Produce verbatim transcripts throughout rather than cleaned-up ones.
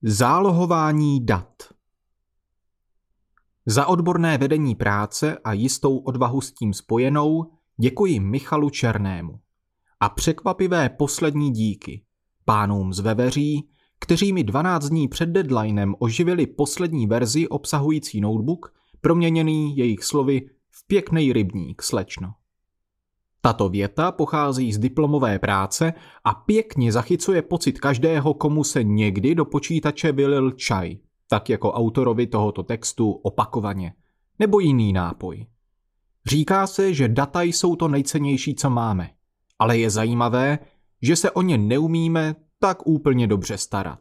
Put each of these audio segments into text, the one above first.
Zálohování dat. Za odborné vedení práce a jistou odvahu s tím spojenou děkuji Michalu Černému. A překvapivé poslední díky pánům z Veveří, kteří mi dvanáct dní před deadlinem oživili poslední verzi obsahující notebook, proměněný jejich slovy v pěknej rybník, slečno. Tato věta pochází z diplomové práce a pěkně zachycuje pocit každého, komu se někdy do počítače vylil čaj, tak jako autorovi tohoto textu opakovaně, nebo jiný nápoj. Říká se, že data jsou to nejcennější, co máme, ale je zajímavé, že se o ně neumíme tak úplně dobře starat.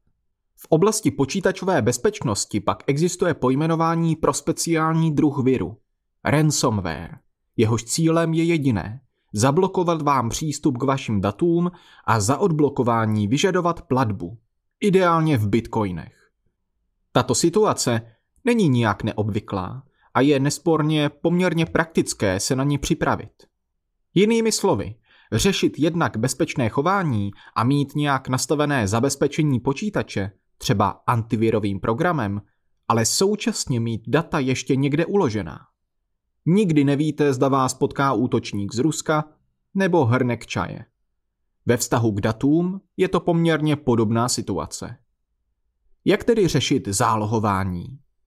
V oblasti počítačové bezpečnosti pak existuje pojmenování pro speciální druh viru – ransomware. Jehož cílem je jediné – zablokovat vám přístup k vašim datům a za odblokování vyžadovat platbu, ideálně v bitcoinech. Tato situace není nijak neobvyklá a je nesporně poměrně praktické se na ní připravit. Jinými slovy, řešit jednak bezpečné chování a mít nějak nastavené zabezpečení počítače, třeba antivirovým programem, ale současně mít data ještě někde uložená. Nikdy nevíte, zda vás potká útočník z Ruska nebo hrnek čaje. Ve vztahu k datům je to poměrně podobná situace. Jak tedy řešit zálohování?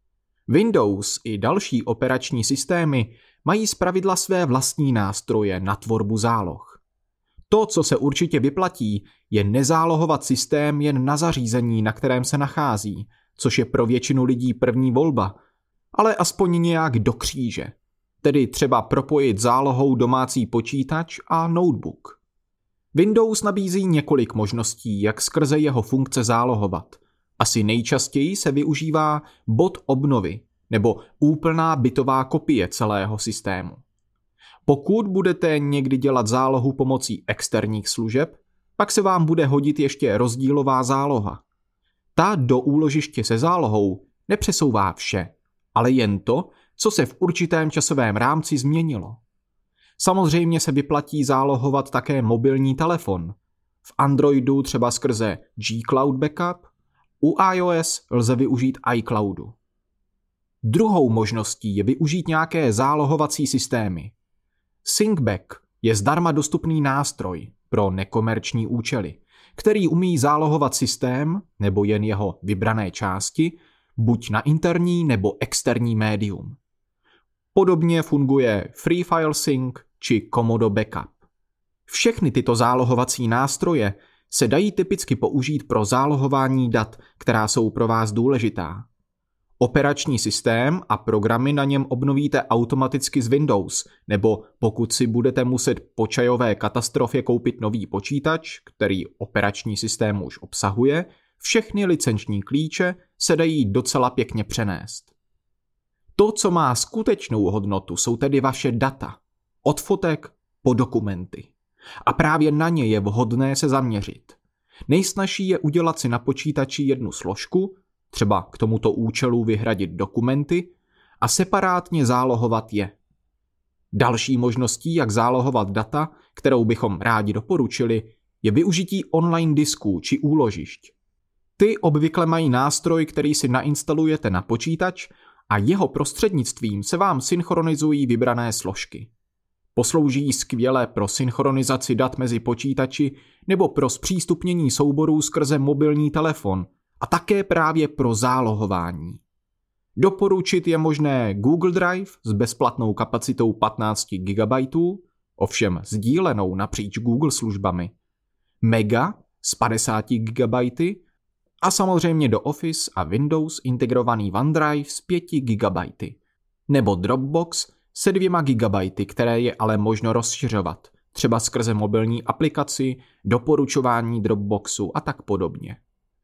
Windows i další operační systémy mají zpravidla své vlastní nástroje na tvorbu záloh. To, co se určitě vyplatí, je nezálohovat systém jen na zařízení, na kterém se nachází, což je pro většinu lidí první volba, ale aspoň nějak do kříže. Tedy třeba propojit zálohou domácí počítač a notebook. Windows nabízí několik možností, jak skrze jeho funkce zálohovat. Asi nejčastěji se využívá bod obnovy nebo úplná bitová kopie celého systému. Pokud budete někdy dělat zálohu pomocí externích služeb, pak se vám bude hodit ještě rozdílová záloha. Ta do úložiště se zálohou nepřesouvá vše, ale jen to, co se v určitém časovém rámci změnilo. Samozřejmě se vyplatí zálohovat také mobilní telefon. V Androidu třeba skrze G Cloud Backup, u iOS lze využít iCloudu. Druhou možností je využít nějaké zálohovací systémy. SyncBack je zdarma dostupný nástroj pro nekomerční účely, který umí zálohovat systém nebo jen jeho vybrané části, buď na interní nebo externí médium. Podobně funguje Free File Sync či Komodo Backup. Všechny tyto zálohovací nástroje se dají typicky použít pro zálohování dat, která jsou pro vás důležitá. Operační systém a programy na něm obnovíte automaticky z Windows, nebo pokud si budete muset po čajové katastrofě koupit nový počítač, který operační systém už obsahuje, všechny licenční klíče se dají docela pěkně přenést. To, co má skutečnou hodnotu, jsou tedy vaše data, od fotek po dokumenty. A právě na ně je vhodné se zaměřit. Nejsnažší je udělat si na počítači jednu složku, třeba k tomuto účelu vyhradit dokumenty a separátně zálohovat je. Další možností, jak zálohovat data, kterou bychom rádi doporučili, je využití online disků či úložišť. Ty obvykle mají nástroj, který si nainstalujete na počítač a jeho prostřednictvím se vám synchronizují vybrané složky. Poslouží skvěle pro synchronizaci dat mezi počítači nebo pro zpřístupnění souborů skrze mobilní telefon a také právě pro zálohování. Doporučit je možné Google Drive s bezplatnou kapacitou patnáct gigabajtů, ovšem sdílenou napříč Google službami, Mega s padesáti gigabajty a samozřejmě do Office a Windows integrovaný OneDrive s pěti gigabajty, nebo Dropbox se dvěma gigabajty, které je ale možno rozšiřovat, třeba skrze mobilní aplikaci, doporučování Dropboxu a tak podobně.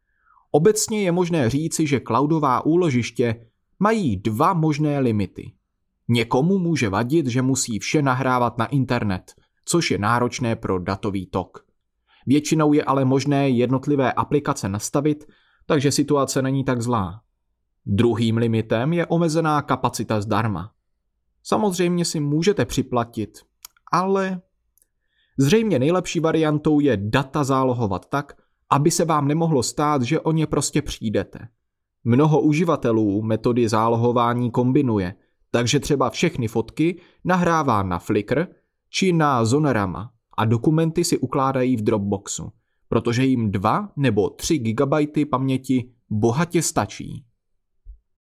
Obecně je možné říci, že cloudová úložiště mají dva možné limity. Někomu může vadit, že musí vše nahrávat na internet, což je náročné pro datový tok. Většinou je ale možné jednotlivé aplikace nastavit, takže situace není tak zlá. Druhým limitem je omezená kapacita zdarma. Samozřejmě si můžete připlatit, ale zřejmě nejlepší variantou je data zálohovat tak, aby se vám nemohlo stát, že o ně prostě přijdete. Mnoho uživatelů metody zálohování kombinuje, takže třeba všechny fotky nahrává na Flickr či na Zonerama a dokumenty si ukládají v Dropboxu, protože jim dva nebo tři gigabajty paměti bohatě stačí.